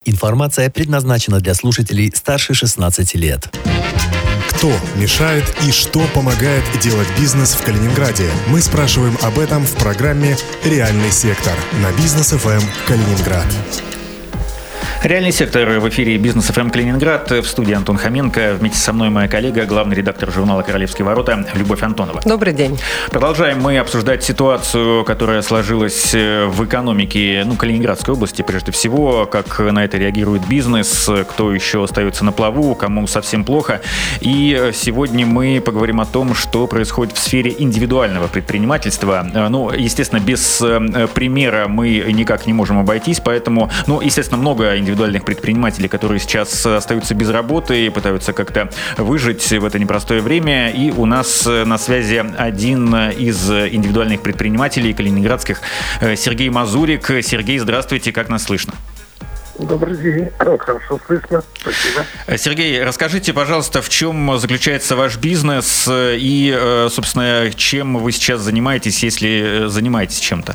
Информация предназначена для слушателей старше 16 лет. Кто мешает и что помогает делать бизнес в Калининграде? Мы спрашиваем об этом в программе «Реальный сектор» на Бизнес ФМ Калининград. Реальный сектор в эфире Бизнес ФМ Калининград. В студии Антон Хоменко. Вместе со мной моя коллега, главный редактор журнала «Королевские ворота» Любовь Антонова. Добрый день. Продолжаем мы обсуждать ситуацию, которая сложилась в экономике Калининградской области прежде всего, как на это реагирует бизнес, кто еще остается на плаву, кому совсем плохо. И сегодня мы поговорим о том, что происходит в сфере индивидуального предпринимательства. Естественно, без примера мы никак не можем обойтись, поэтому, естественно, много индивидуальных предпринимателей, которые сейчас остаются без работы и пытаются как-то выжить в это непростое время. И у нас на связи один из индивидуальных предпринимателей калининградских, Сергей Мазурик. Сергей, здравствуйте, как нас слышно? Добрый день, хорошо слышно, спасибо. Сергей, расскажите, пожалуйста, в чем заключается ваш бизнес и, собственно, чем вы сейчас занимаетесь, если занимаетесь чем-то?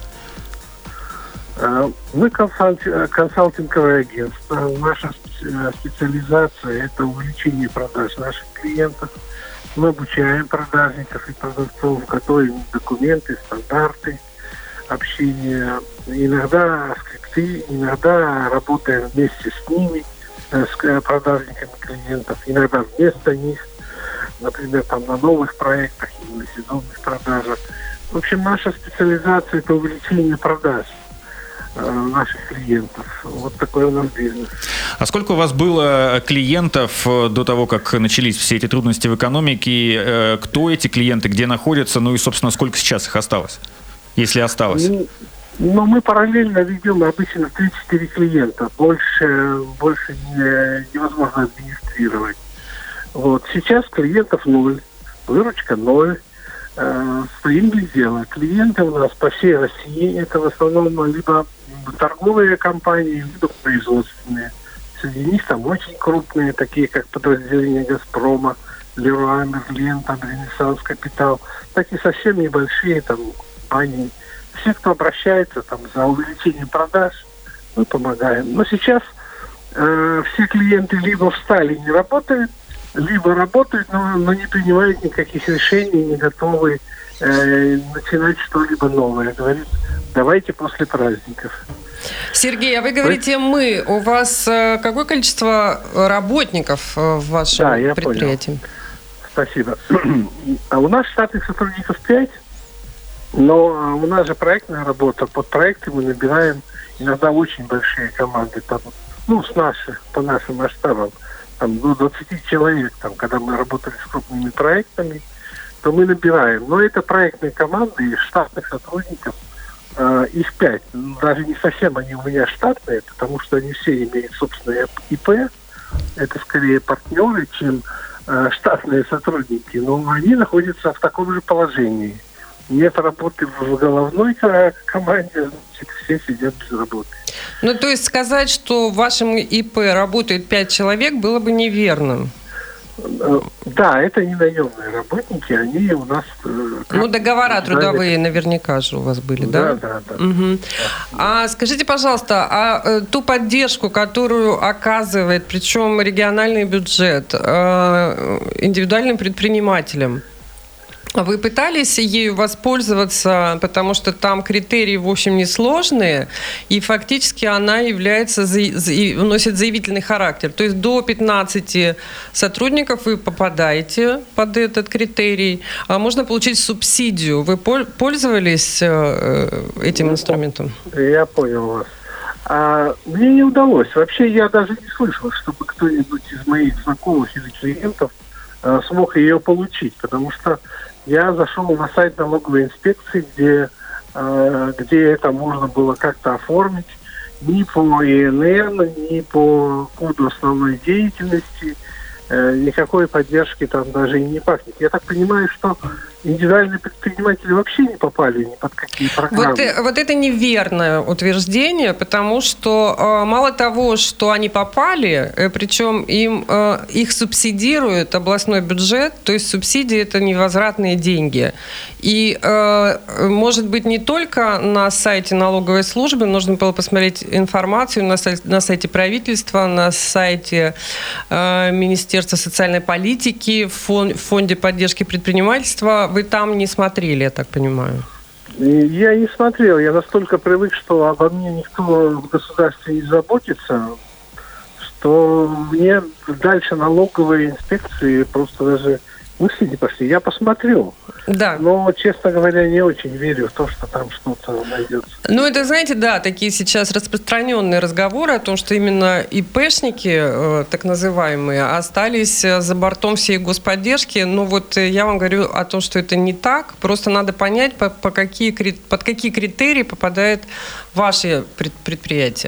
Мы консалтинговое агентство. Наша специализация – это увеличение продаж наших клиентов. Мы обучаем продажников и продавцов, готовим документы, стандарты общения. Иногда скрипты, иногда работаем вместе с ними, с продажниками клиентов, иногда вместо них. Например, на новых проектах или на сезонных продажах. В общем, наша специализация – это увеличение продаж наших клиентов. Вот такой у нас бизнес. А сколько у вас было клиентов до того, как начались все эти трудности в экономике? Кто эти клиенты, где находятся? И, собственно, сколько сейчас их осталось, если осталось? Мы параллельно ведем обычно 3-4 клиента. Больше невозможно администрировать. Сейчас клиентов 0, выручка 0. Стоим без дела. Клиенты у нас по всей России. Это в основном либо торговые компании, либо производственные. Среди них очень крупные, такие как подразделения «Газпрома», «Леруа Мерлен», «Ренессанс Капитал», так и совсем небольшие компании. Все, кто обращается за увеличением продаж, мы помогаем. Но сейчас все клиенты либо встали и не работают, либо работают, но не принимают никаких решений, не готовы начинать что-либо новое. Говорит, давайте после праздников. Сергей, а вы говорите «мы». У вас какое количество работников в вашем предприятии? Понял. Спасибо. А у нас штатных сотрудников 5, но у нас же проектная работа. Под проекты мы набираем иногда очень большие команды. По нашим масштабам. До 20 человек, когда мы работали с крупными проектами, то мы набираем. Но это проектные команды из штатных сотрудников, их 5. Даже не совсем они у меня штатные, потому что они все имеют собственное ИП. Это скорее партнеры, чем штатные сотрудники. Но они находятся в таком же положении. Нет работы в головной команде, все сидят без работы. То есть сказать, что в вашем ИП работает 5 человек, было бы неверным. Да, это не наемные работники, они у нас... договора трудовые наверняка же у вас были, да? Да. Угу. А скажите, пожалуйста, ту поддержку, которую оказывает, причем региональный бюджет, индивидуальным предпринимателям, вы пытались ею воспользоваться, потому что там критерии, в общем, несложные, и фактически она носит заявительный характер. То есть до 15 сотрудников вы попадаете под этот критерий, а можно получить субсидию. Вы пользовались этим инструментом? Я понял вас. Мне не удалось. Вообще я даже не слышал, чтобы кто-нибудь из моих знакомых или клиентов смог ее получить, потому что я зашел на сайт налоговой инспекции, где это можно было как-то оформить. Ни по ИНН, ни по коду основной деятельности никакой поддержки там даже и не пахнет. Я так понимаю, что индивидуальные предприниматели вообще не попали ни под какие программы. Вот это неверное утверждение, потому что мало того, что они попали, причем их субсидирует областной бюджет, то есть субсидии – это невозвратные деньги. И, может быть, не только на сайте налоговой службы, нужно было посмотреть информацию на сайте правительства, на сайте Министерства социальной политики, в фонде поддержки предпринимательства. Вы там не смотрели, я так понимаю? Я не смотрел. Я настолько привык, что обо мне никто в государстве не заботится, что мне дальше налоговые инспекции просто даже мысли не пошли. Я посмотрю. Да. Но, честно говоря, не очень верю в то, что там что-то найдется. Ну, это, знаете, да, такие сейчас распространенные разговоры о том, что именно ИПшники, так называемые, остались за бортом всей господдержки. Но вот я вам говорю о том, что это не так. Просто надо понять, под какие критерии попадает ваше предприятие.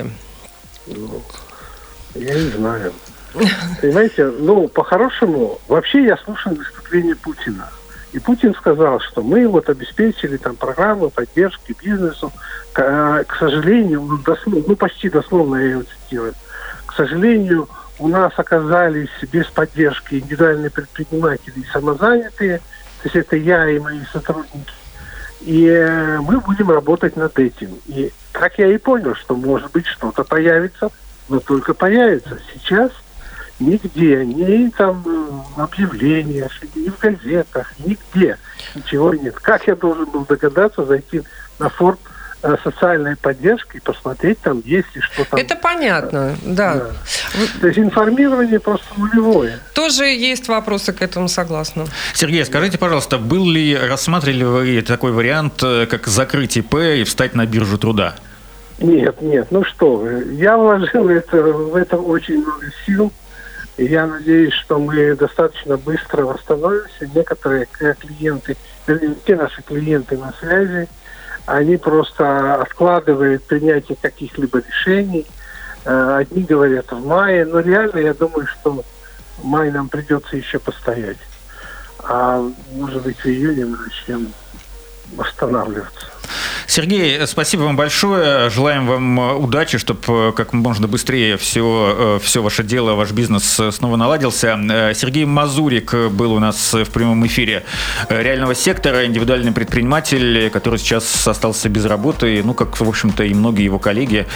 Я не знаю. Понимаете, по-хорошему, вообще я слушал выступление Путина. И Путин сказал, что мы вот обеспечили там программы поддержки бизнесу. К сожалению, почти дословно я его цитирую, к сожалению, у нас оказались без поддержки индивидуальные предприниматели и самозанятые, то есть это я и мои сотрудники. И мы будем работать над этим. И так я и понял, что может быть что-то появится, но только появится. Сейчас нигде, ни там объявлениях, ни в газетах, нигде ничего нет. Как я должен был догадаться зайти на фонд социальной поддержки и посмотреть, там есть ли что там. Это понятно, да. То есть информирование просто нулевое. Тоже есть вопросы к этому, согласна. Сергей, скажите, пожалуйста, рассматривали вы такой вариант, как закрыть ИП и встать на биржу труда? Нет, ну что вы. Я вложил в это очень много сил. И я надеюсь, что мы достаточно быстро восстановимся. Некоторые клиенты, вернее, те наши клиенты на связи, они просто откладывают принятие каких-либо решений. Одни говорят в мае, но реально я думаю, что в мае нам придется еще постоять. А может быть, в июне мы начнем восстанавливаться. Сергей, спасибо вам большое. Желаем вам удачи, чтобы как можно быстрее все ваше дело, ваш бизнес снова наладился. Сергей Мазурик был у нас в прямом эфире реального сектора, индивидуальный предприниматель, который сейчас остался без работы, как, в общем-то, и многие его коллеги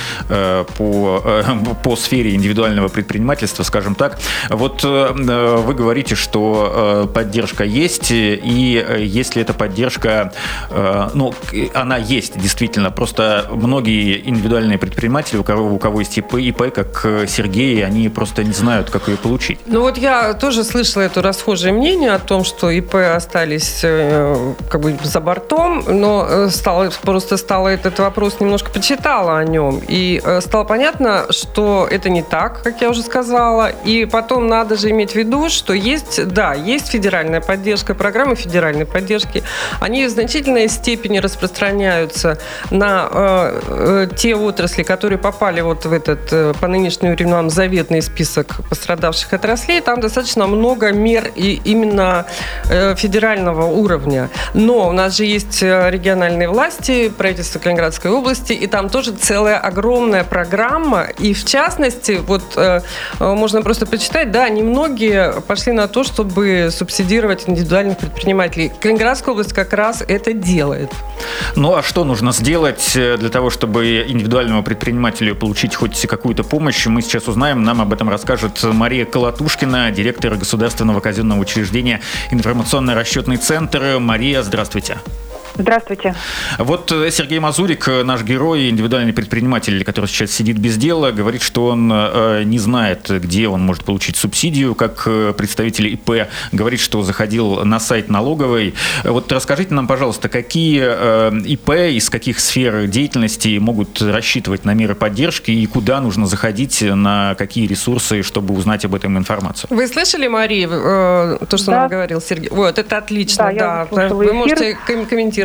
по сфере индивидуального предпринимательства, скажем так. Вот вы говорите, что поддержка есть, и если эта поддержка, она есть, действительно. Просто многие индивидуальные предприниматели, у кого есть ИП, как Сергей, они просто не знают, как ее получить. Я тоже слышала это расхожее мнение о том, что ИП остались за бортом, но стало этот вопрос, немножко почитала о нем, и стало понятно, что это не так, как я уже сказала, и потом надо же иметь в виду, что есть федеральная поддержка, программы федеральной поддержки, они в значительной степени распространяются на те отрасли, которые попали вот в этот по нынешним временам заветный список пострадавших отраслей. Там достаточно много мер и именно федерального уровня. Но у нас же есть региональные власти, правительство Калининградской области, и там тоже целая огромная программа. И в частности, можно просто почитать, немногие пошли на то, чтобы субсидировать индивидуальных предпринимателей. Калининградская область как раз это делает. А что нужно сделать для того, чтобы индивидуальному предпринимателю получить хоть какую-то помощь? Мы сейчас узнаем, нам об этом расскажет Мария Колотушкина, директор Государственного казенного учреждения «Информационно-расчетный центр». Мария, здравствуйте. Здравствуйте. Вот Сергей Мазурик, наш герой, индивидуальный предприниматель, который сейчас сидит без дела, говорит, что он не знает, где он может получить субсидию, как представитель ИП. Говорит, что заходил на сайт налоговой. Вот расскажите нам, пожалуйста, какие ИП из каких сфер деятельности могут рассчитывать на меры поддержки и куда нужно заходить, на какие ресурсы, чтобы узнать об этом информацию? Вы слышали, Мария, то, что нам говорил Сергей? Вот, это отлично, да. Вы можете комментировать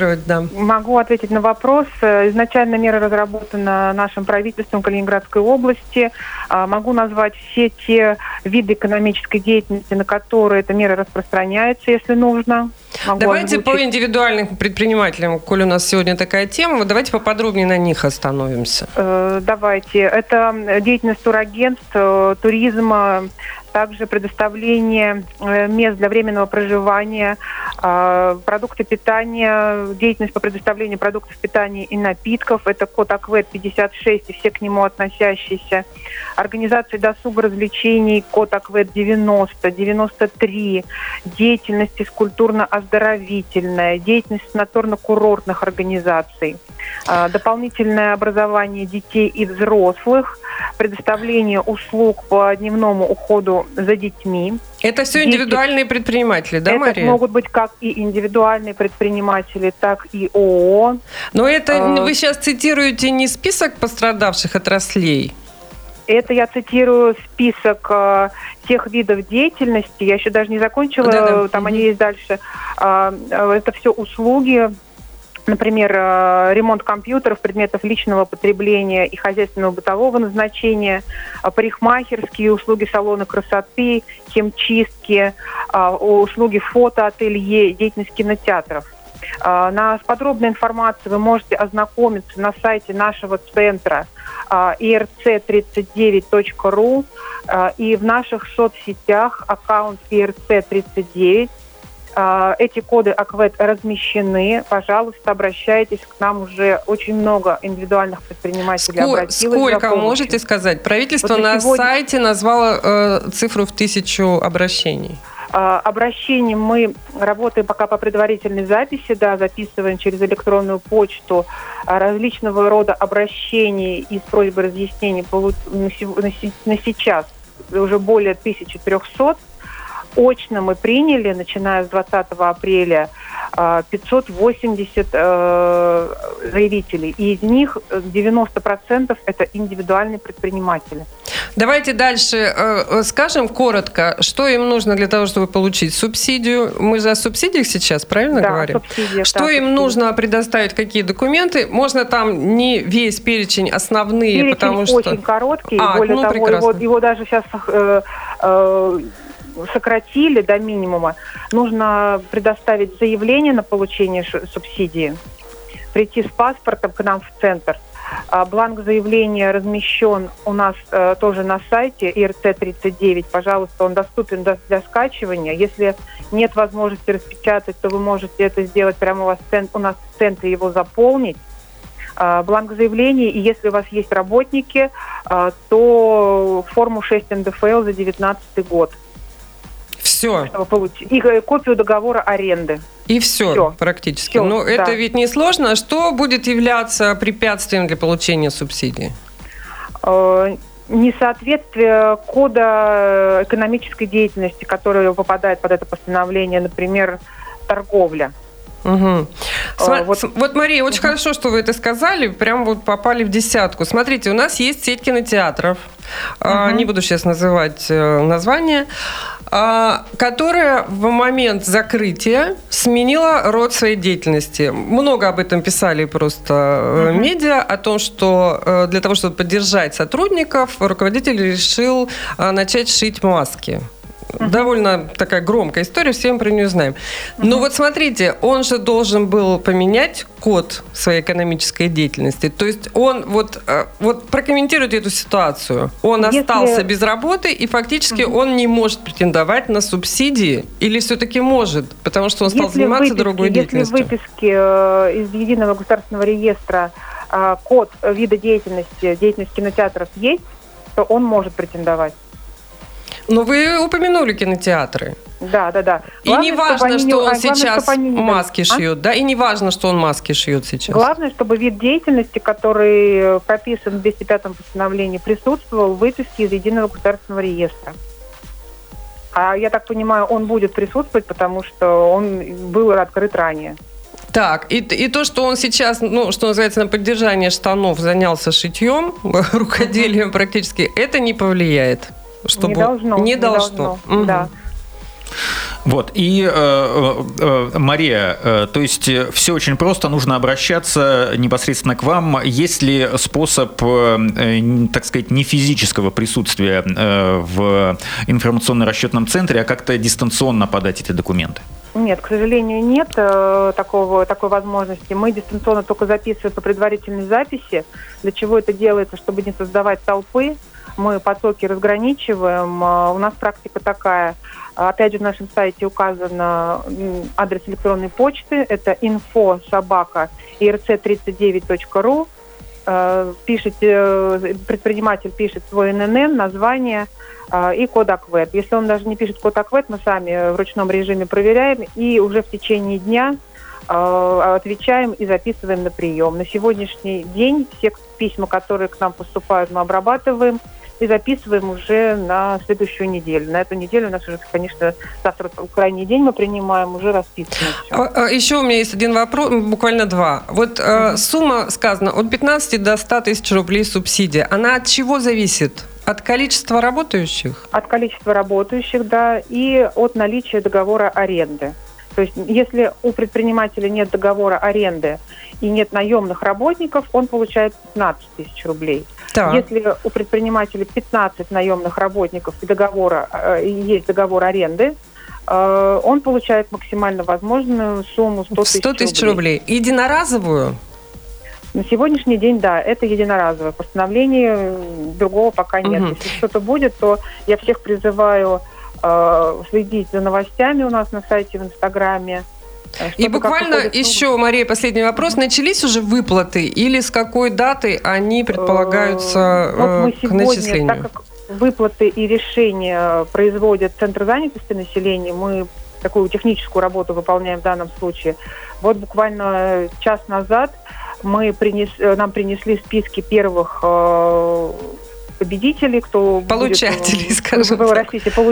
прокомментировать, да. Могу ответить на вопрос. Изначально мера разработана нашим правительством Калининградской области. Могу назвать все те виды экономической деятельности, на которые эта мера распространяется, если нужно. Давайте по индивидуальным предпринимателям, коль у нас сегодня такая тема, вот давайте поподробнее на них остановимся. Давайте. Это деятельность турагентств, туризма, также предоставление мест для временного проживания, продукты питания, деятельность по предоставлению продуктов питания и напитков. Это код АКВЭД 56 и все к нему относящиеся. Организация досуга развлечений, код АКВЭД 90, 93. Деятельность физкультурно-оздоровительная, деятельность санаторно-курортных организаций. Дополнительное образование детей и взрослых, предоставление услуг по дневному уходу за детьми. Это все индивидуальные предприниматели, да, Мария? Это могут быть как и индивидуальные предприниматели, так и ООО. Но это вы сейчас цитируете не список пострадавших отраслей? Это я цитирую список тех видов деятельности. Я еще даже не закончила, там они есть дальше. Это все услуги. Например, ремонт компьютеров, предметов личного потребления и хозяйственного бытового назначения, парикмахерские услуги салона красоты, химчистки, услуги фотоателье, деятельность кинотеатров. С подробной информацией вы можете ознакомиться на сайте нашего центра irc39.ru и в наших соцсетях аккаунт irc39. Эти коды АКВЭД размещены. Пожалуйста, обращайтесь к нам. Уже очень много индивидуальных предпринимателей обратилось. Сколько можете сказать? Правительство вот на сайте назвало цифру в 1000 обращений. Обращений мы работаем пока по предварительной записи, записываем через электронную почту различного рода обращений и с просьбой разъяснений на сейчас уже более 1300. Очно мы приняли, начиная с 20 апреля, 580 заявителей. И из них 90% это индивидуальные предприниматели. Давайте дальше скажем коротко, что им нужно для того, чтобы получить субсидию. Мы же о субсидиях сейчас, правильно говорим? Субсидия, что им нужно предоставить, какие документы? Можно там не весь перечень, основные, перечень потому что... очень короткий. Более того, его даже сейчас... сократили до минимума. Нужно предоставить заявление на получение субсидии, прийти с паспортом к нам в центр. Бланк заявления размещен у нас тоже на сайте IRC39. Пожалуйста, он доступен для скачивания. Если нет возможности распечатать, то вы можете это сделать прямо у нас в центре, его заполнить. Бланк заявления, и если у вас есть работники, то форму 6 НДФЛ за 2019 год. Все. Чтобы получить. И копию договора аренды. И все практически. Все, но это ведь не сложно. Что будет являться препятствием для получения субсидии? Несоответствие кода экономической деятельности, которая попадает под это постановление, например, торговля. Угу. Вот, Мария, очень хорошо, что вы это сказали, прям вот попали в десятку. Смотрите, у нас есть сеть кинотеатров, не буду сейчас называть название, которая в момент закрытия сменила род своей деятельности. Много об этом писали просто медиа, о том, что для того, чтобы поддержать сотрудников, руководитель решил начать шить маски. Довольно такая громкая история, все мы про нее знаем. Но вот смотрите, он же должен был поменять код своей экономической деятельности. То есть он, вот прокомментируйте эту ситуацию. Он остался без работы, и фактически он не может претендовать на субсидии, или все-таки может, потому что он стал заниматься другой деятельностью. Если в выписке из Единого государственного реестра код вида деятельности кинотеатров есть, то он может претендовать. Но вы упомянули кинотеатры. Да. И не важно, что он сейчас маски шьет, да? И не важно, что он маски шьет сейчас. Главное, чтобы вид деятельности, который прописан в 205-м постановлении, присутствовал в выписке из Единого государственного реестра. А я так понимаю, он будет присутствовать, потому что он был открыт ранее. Так, и то, что он сейчас, что называется, на поддержание штанов занялся шитьем, рукоделием практически, это не повлияет. Не должно. Да. Вот, и, Мария, то есть все очень просто, нужно обращаться непосредственно к вам. Есть ли способ, так сказать, не физического присутствия в информационно-расчетном центре, а как-то дистанционно подать эти документы? Нет, к сожалению, нет такой возможности. Мы дистанционно только записываем по предварительной записи. Для чего это делается? Чтобы не создавать толпы. Мы потоки разграничиваем. У нас практика такая. Опять же, на нашем сайте указан адрес электронной почты. Это info@irc39.ru. Предприниматель пишет свой ННН, название и код АКВЭД. Если он даже не пишет код АКВЭД, мы сами в ручном режиме проверяем и уже в течение дня отвечаем и записываем на прием. На сегодняшний день все письма, которые к нам поступают, мы обрабатываем и записываем уже на следующую неделю. На эту неделю у нас уже, конечно, завтра крайний день мы принимаем, уже расписано все. Еще у меня есть один вопрос, буквально два. Вот сумма сказана от 15 до 100 тысяч рублей субсидия. Она от чего зависит? От количества работающих? От количества работающих, да, и от наличия договора аренды. То есть, если у предпринимателя нет договора аренды и нет наемных работников, он получает 15 тысяч рублей. Так. Если у предпринимателя 15 наемных работников и есть договор аренды, он получает максимально возможную сумму 100 тысяч рублей. Единоразовую? На сегодняшний день, да, это единоразовое. Постановления другого пока нет. Если что-то будет, то я всех призываю следить за новостями у нас на сайте, в Инстаграме. И буквально еще, Мария, последний вопрос. Начались уже выплаты или с какой даты они предполагаются к начислению? Так как выплаты и решения производит Центр занятости населения, мы такую техническую работу выполняем в данном случае. Вот буквально час назад нам принесли списки первых победителей, кто получателей, будет, скажем так.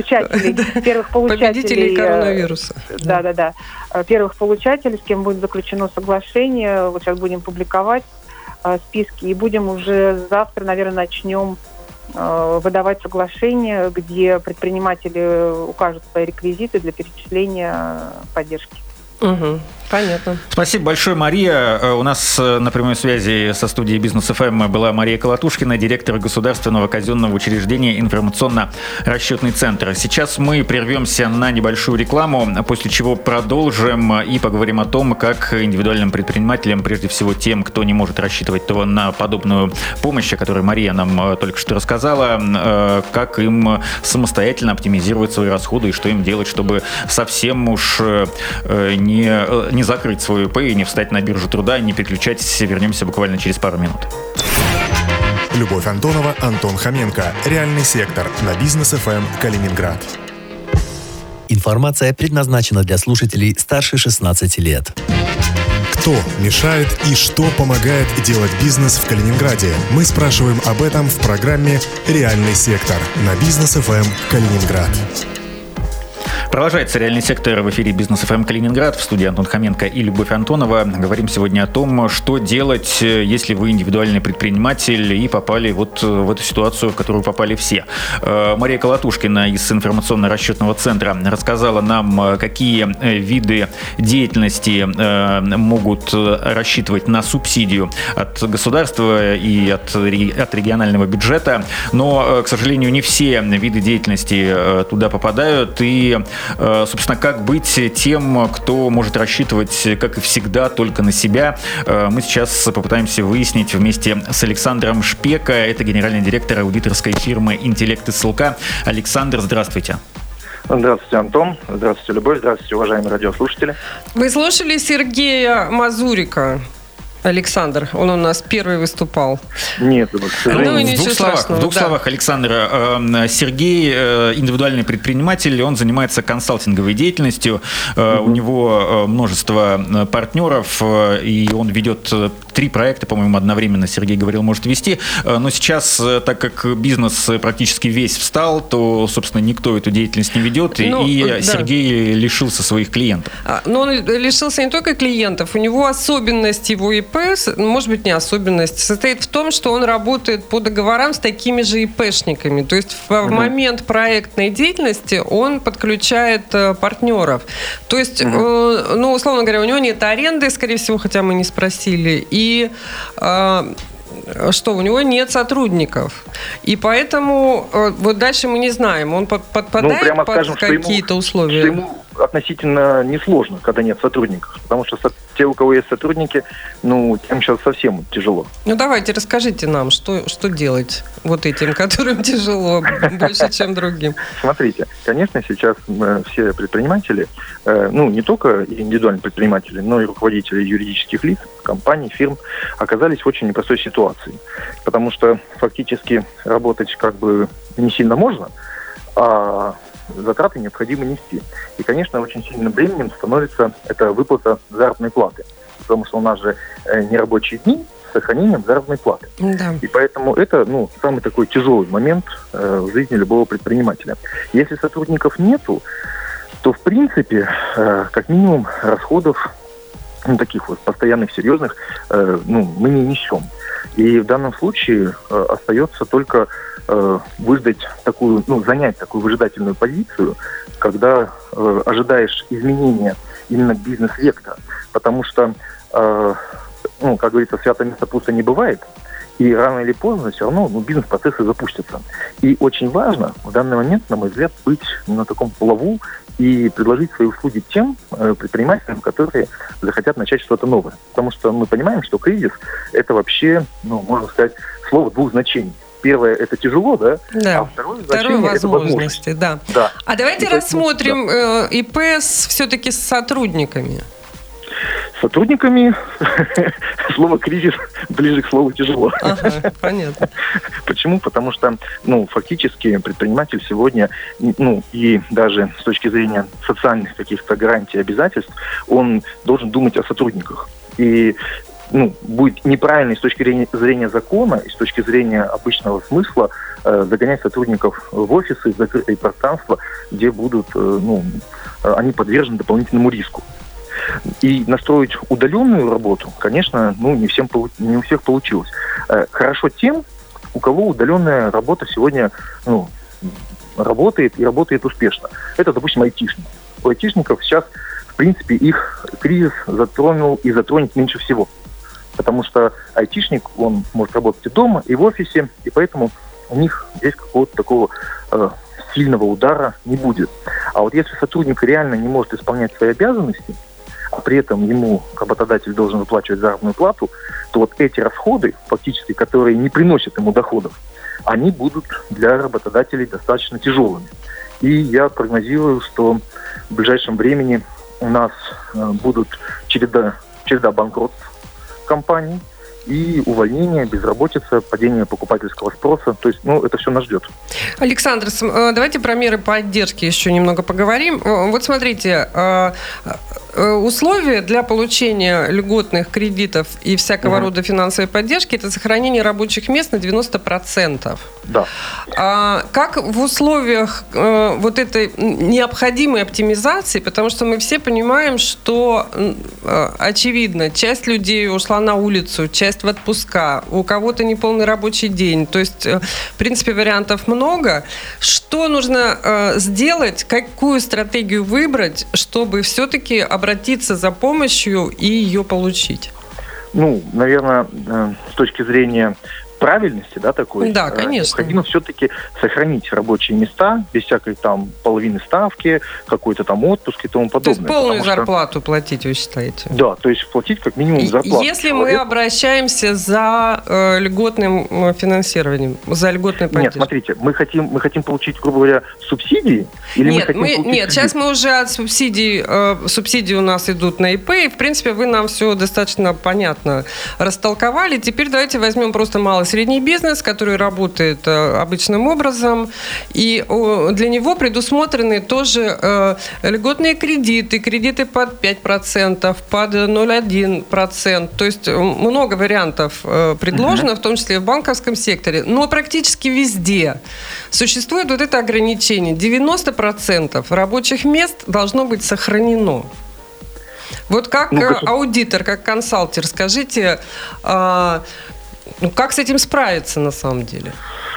Первых получателей победителей коронавируса. Да. Первых получателей, с кем будет заключено соглашение. Вот сейчас будем публиковать списки и будем уже завтра, наверное, начнем выдавать соглашение, где предприниматели укажут свои реквизиты для перечисления поддержки. Угу. Понятно. Спасибо большое, Мария. У нас на прямой связи со студией Бизнес ФМ была Мария Колотушкина, директор государственного казенного учреждения «Информационно-расчетный центр». Сейчас мы прервемся на небольшую рекламу, после чего продолжим и поговорим о том, как индивидуальным предпринимателям, прежде всего тем, кто не может рассчитывать на подобную помощь, о которой Мария нам только что рассказала, как им самостоятельно оптимизировать свои расходы и что им делать, чтобы совсем уж не закрыть свою ИП и не встать на биржу труда. Не переключайтесь, вернемся буквально через пару минут. Любовь Антонова, Антон Хоменко. Реальный сектор на Бизнес ФМ Калининград. Информация предназначена для слушателей старше 16 лет. Кто мешает и что помогает делать бизнес в Калининграде? Мы спрашиваем об этом в программе «Реальный сектор» на Бизнес ФМ Калининград. Продолжается «Реальный сектор» в эфире Бизнес ФМ Калининград. В студии Антон Хоменко и Любовь Антонова. Говорим сегодня о том, что делать, если вы индивидуальный предприниматель и попали вот в эту ситуацию, в которую попали все. Мария Колотушкина из информационно-расчетного центра рассказала нам, какие виды деятельности могут рассчитывать на субсидию от государства и от регионального бюджета. Но, к сожалению, не все виды деятельности туда попадают. И собственно, как быть тем, кто может рассчитывать, как и всегда, только на себя? Мы сейчас попытаемся выяснить вместе с Александром Шпека. Это генеральный директор аудиторской фирмы «Интеллект СЛК». Александр, здравствуйте. Здравствуйте, Антон. Здравствуйте, Любовь. Здравствуйте, уважаемые радиослушатели. Вы слушали Сергея Мазурика? Александр, он у нас первый выступал. Нет, к сожалению. В двух словах, Александр, Сергей индивидуальный предприниматель, он занимается консалтинговой деятельностью, у него множество партнеров, и он ведет 3 проекта, по-моему, одновременно, Сергей говорил, может вести, но сейчас, так как бизнес практически весь встал, то, собственно, никто эту деятельность не ведет, и Сергей лишился своих клиентов. Но он лишился не только клиентов, у него особенность его ИП ИП, может быть, не особенность, состоит в том, что он работает по договорам с такими же ИПшниками. То есть в момент проектной деятельности он подключает партнеров. То есть, условно говоря, у него нет аренды, скорее всего, хотя мы не спросили, и у него нет сотрудников. И поэтому вот дальше мы не знаем, он подпадает под какие-то условия. Что ему относительно несложно, когда нет сотрудников. Потому что те, у кого есть сотрудники, тем сейчас совсем тяжело. Давайте, расскажите нам, что делать вот этим, которым тяжело больше, чем другим. Смотрите, конечно, сейчас все предприниматели, не только индивидуальные предприниматели, но и руководители юридических лиц, компаний, фирм, оказались в очень непростой ситуации. Потому что фактически работать как бы не сильно можно, а затраты необходимо нести. И, конечно, очень сильным бременем становится эта выплата заработной платы. Потому что у нас же нерабочие дни с сохранением заработной платы. Да. И поэтому это самый такой тяжелый момент в жизни любого предпринимателя. Если сотрудников нету, то, в принципе, как минимум расходов таких вот постоянных, серьезных, мы не несем. И в данном случае остается только выждать занять такую выжидательную позицию, когда ожидаешь изменения именно бизнес-вектора. Потому что, как говорится, святое место пусто не бывает. И рано или поздно все равно бизнес-процессы запустятся. И очень важно в данный момент, на мой взгляд, быть на таком плаву и предложить свои услуги тем предпринимателям, которые захотят начать что-то новое. Потому что мы понимаем, что кризис – это вообще, можно сказать, слово двух значений. Первое – это тяжело, да? Да. А второе значение – это возможности. Да. А давайте рассмотрим ИП все-таки с сотрудниками. С сотрудниками слово «кризис» ближе к слову «тяжело». Ага, понятно. Почему? Потому что, фактически предприниматель сегодня, и даже с точки зрения социальных каких-то гарантий и обязательств, он должен думать о сотрудниках. И будет неправильно с точки зрения закона и с точки зрения обычного смысла загонять сотрудников в офисы, в закрытые пространства, где будут, они подвержены дополнительному риску. И настроить удаленную работу, конечно, не у всех получилось. Хорошо тем, у кого удаленная работа сегодня работает и работает успешно. Это, допустим, айтишники. У айтишников сейчас, в принципе, их кризис затронул и затронет меньше всего. Потому что айтишник, он может работать и дома, и в офисе, и поэтому у них здесь какого-то такого сильного удара не будет. А вот если сотрудник реально не может исполнять свои обязанности, а при этом ему работодатель должен выплачивать заработную плату, то вот эти расходы, фактически, которые не приносят ему доходов, они будут для работодателей достаточно тяжелыми. И я прогнозирую, что в ближайшем времени у нас будут череда банкротств компаний и увольнения, безработица, падение покупательского спроса. То есть, это все нас ждет. Александр, давайте про меры поддержки еще немного поговорим. Вот смотрите, условия для получения льготных кредитов и всякого рода финансовой поддержки – это сохранение рабочих мест на 90%. Да. Как в условиях вот этой необходимой оптимизации, потому что мы все понимаем, что, очевидно, часть людей ушла на улицу, часть в отпуска, у кого-то неполный рабочий день. То есть, в принципе, вариантов много. Что нужно сделать, какую стратегию выбрать, чтобы все-таки обратиться за помощью и ее получить? Наверное, с точки зрения правильности, такой. Да, конечно. Необходимо все-таки сохранить рабочие места без всякой там половины ставки, какой-то там отпуск и тому подобное. То есть полную зарплату платить, вы считаете? Да, то есть платить как минимум зарплату. Если мы обращаемся за льготным финансированием, за льготной поддержкой? Нет, смотрите, мы хотим получить, грубо говоря, субсидии? Или Нет, сейчас мы уже от субсидии у нас идут на ИП, и, в принципе, вы нам все достаточно понятно растолковали. Теперь давайте возьмем просто малый средний бизнес, который работает обычным образом, и для него предусмотрены тоже льготные кредиты под 5%, под 0,1%. То есть много вариантов предложено, в том числе в банковском секторе. Но практически везде существует вот это ограничение. 90% рабочих мест должно быть сохранено. Вот как аудитор, как консалтер, скажите, как с этим справиться на самом деле?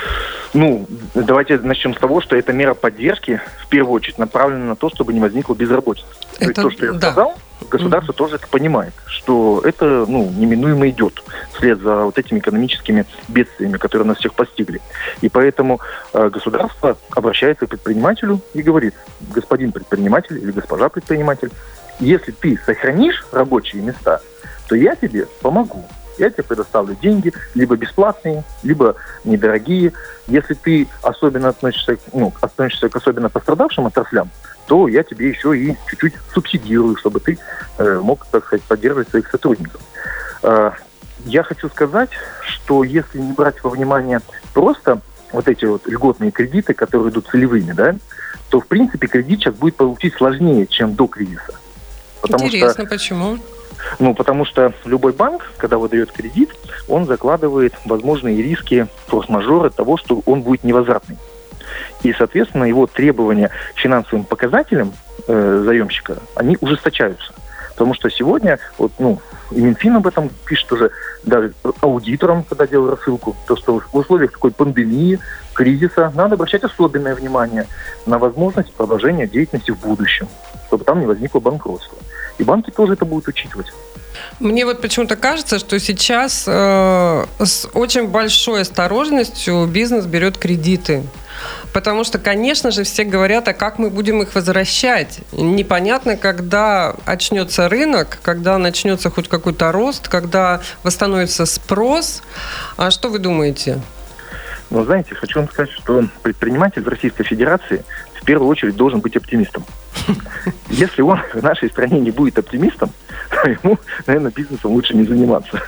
Давайте начнем с того, что эта мера поддержки в первую очередь направлена на то, чтобы не возникла безработица. То есть то, что я сказал, государство тоже это понимает, что это неминуемо идет вслед за вот этими экономическими бедствиями, которые нас всех постигли. И поэтому государство обращается к предпринимателю и говорит: господин предприниматель или госпожа предприниматель, если ты сохранишь рабочие места, то я тебе помогу. Я тебе предоставлю деньги, либо бесплатные, либо недорогие. Если ты особенно относишься к особенно пострадавшим отраслям, то я тебе еще и чуть-чуть субсидирую, чтобы ты мог, так сказать, поддерживать своих сотрудников. Я хочу сказать, что если не брать во внимание просто вот эти вот льготные кредиты, которые идут целевыми, да, то, в принципе, кредит сейчас будет получить сложнее, чем до кризиса. Интересно, почему? Потому что любой банк, когда выдает кредит, он закладывает возможные риски форс-мажора того, что он будет невозвратный. И, соответственно, его требования к финансовым показателям заемщика, они ужесточаются. Потому что сегодня, и Минфин об этом пишет уже, даже аудиторам, когда делал рассылку, то, что в условиях такой пандемии, кризиса, надо обращать особенное внимание на возможность продолжения деятельности в будущем, чтобы там не возникло банкротства. И банки тоже это будут учитывать. Мне вот почему-то кажется, что сейчас с очень большой осторожностью бизнес берет кредиты. Потому что, конечно же, все говорят, а как мы будем их возвращать? Непонятно, когда очнется рынок, когда начнется хоть какой-то рост, когда восстановится спрос. А что вы думаете? Знаете, хочу вам сказать, что предприниматель в Российской Федерации в первую очередь должен быть оптимистом. Если он в нашей стране не будет оптимистом, то ему, наверное, бизнесом лучше не заниматься.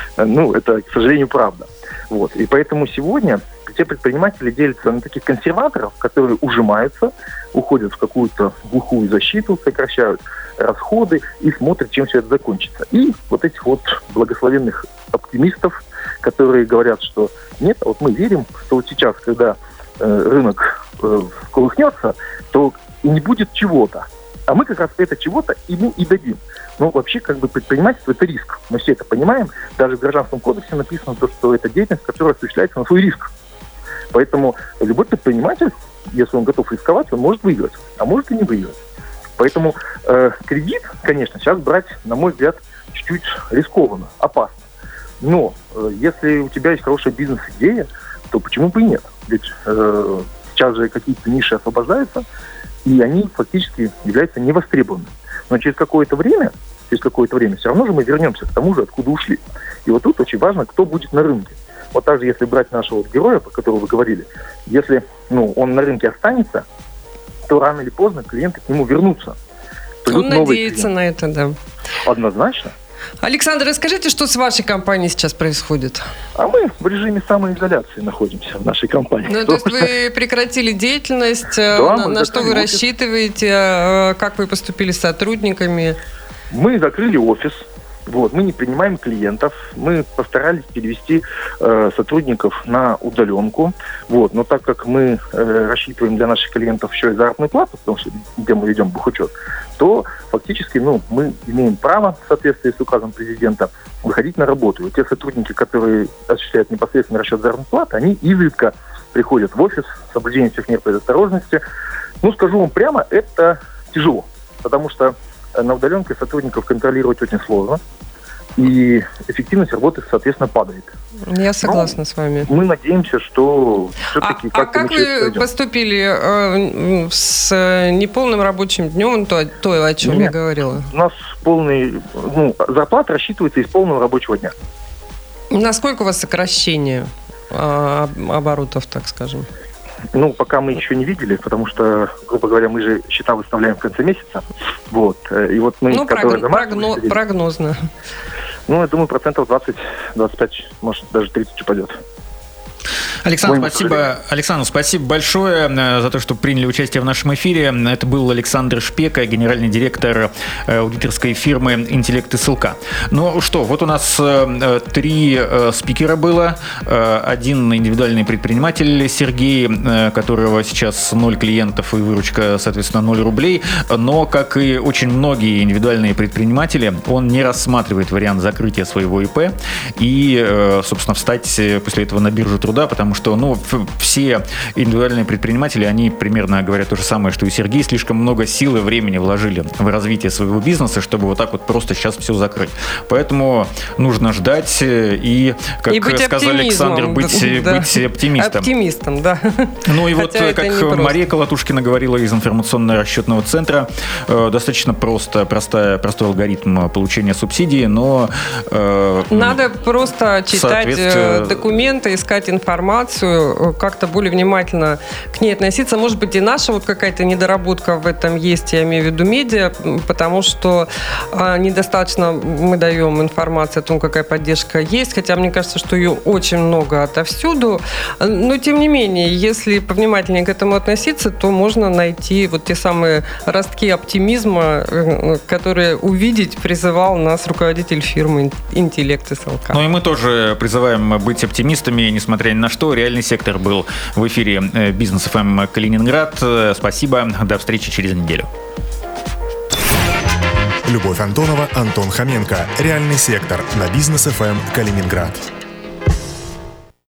Это, к сожалению, правда. И поэтому сегодня все предприниматели делятся на таких консерваторов, которые ужимаются, уходят в какую-то глухую защиту, сокращают расходы и смотрят, чем все это закончится. И вот этих вот благословенных оптимистов, которые говорят, что нет, мы верим, что вот сейчас, когда рынок колыхнется, то и не будет чего-то. А мы как раз это чего-то ему и дадим. Вообще, предпринимательство – это риск. Мы все это понимаем. Даже в Гражданском кодексе написано, что это деятельность, которая осуществляется на свой риск. Поэтому любой предприниматель, если он готов рисковать, он может выиграть, а может и не выиграть. Поэтому кредит, конечно, сейчас брать, на мой взгляд, чуть-чуть рискованно, опасно. Но если у тебя есть хорошая бизнес-идея, то почему бы и нет? Ведь сейчас же какие-то ниши освобождаются, и они фактически являются невостребованными. Но через какое-то время все равно же мы вернемся к тому же, откуда ушли. И вот тут очень важно, кто будет на рынке. Вот также, если брать нашего героя, про которого вы говорили, если он на рынке останется, то рано или поздно клиенты к нему вернутся. Он надеется на это, да. Однозначно. Александр, расскажите, что с вашей компанией сейчас происходит? А мы в режиме самоизоляции находимся в нашей компании. То есть вы прекратили деятельность, на что вы рассчитываете, как вы поступили с сотрудниками? Мы закрыли офис. Мы не принимаем клиентов, мы постарались перевести сотрудников на удаленку, но так как мы рассчитываем для наших клиентов еще и заработную плату, потому что где мы ведем бухучет, то фактически мы имеем право в соответствии с указом президента выходить на работу. И те сотрудники, которые осуществляют непосредственно расчет заработной платы, они изредка приходят в офис с соблюдением всех мер предосторожности. Скажу вам прямо, это тяжело, потому что на удаленке сотрудников контролировать очень сложно, и эффективность работы, соответственно, падает. Я согласна с вами. Мы надеемся, что все-таки как-то мы через это пройдем. Как вы поступили с неполным рабочим днем, то, о чем я говорила? У нас зарплата рассчитывается из полного рабочего дня. Насколько у вас сокращение оборотов, так скажем? Пока мы еще не видели, потому что, грубо говоря, мы же счета выставляем в конце месяца. И вот мы, прогнозно. Я думаю, 20-25, может, даже 30 упадет. Александр, спасибо большое за то, что приняли участие в нашем эфире. Это был Александр Шпека, генеральный директор аудиторской фирмы «Интеллект СЛК». Ну что, вот у нас 3 спикера было. Один индивидуальный предприниматель Сергей, которого сейчас 0 клиентов и выручка, соответственно, 0 рублей. Но, как и очень многие индивидуальные предприниматели, он не рассматривает вариант закрытия своего ИП и, собственно, встать после этого на биржу труда, потому что, все индивидуальные предприниматели, они примерно говорят то же самое, что и Сергей, слишком много сил и времени вложили в развитие своего бизнеса, чтобы вот так вот просто сейчас все закрыть. Поэтому нужно ждать и, как сказал Александр, быть оптимистом. Оптимистом, да. Ну и вот, как Мария Колотушкина говорила из информационно-расчетного центра, достаточно простой алгоритм получения субсидии, но... Надо просто читать документы, искать информацию, как-то более внимательно к ней относиться. Может быть, и наша вот какая-то недоработка в этом есть, я имею в виду медиа, потому что недостаточно мы даем информацию о том, какая поддержка есть, хотя мне кажется, что ее очень много отовсюду. Но, тем не менее, если повнимательнее к этому относиться, то можно найти вот те самые ростки оптимизма, которые увидеть призывал нас руководитель фирмы «Интеллект СЛК». Ну и мы тоже призываем быть оптимистами, несмотря ни на что. Реальный сектор был в эфире Бизнес ФМ Калининград. Спасибо. До встречи через неделю. Любовь Антонова, Антон Хоменко. Реальный сектор на Бизнес ФМ Калининград.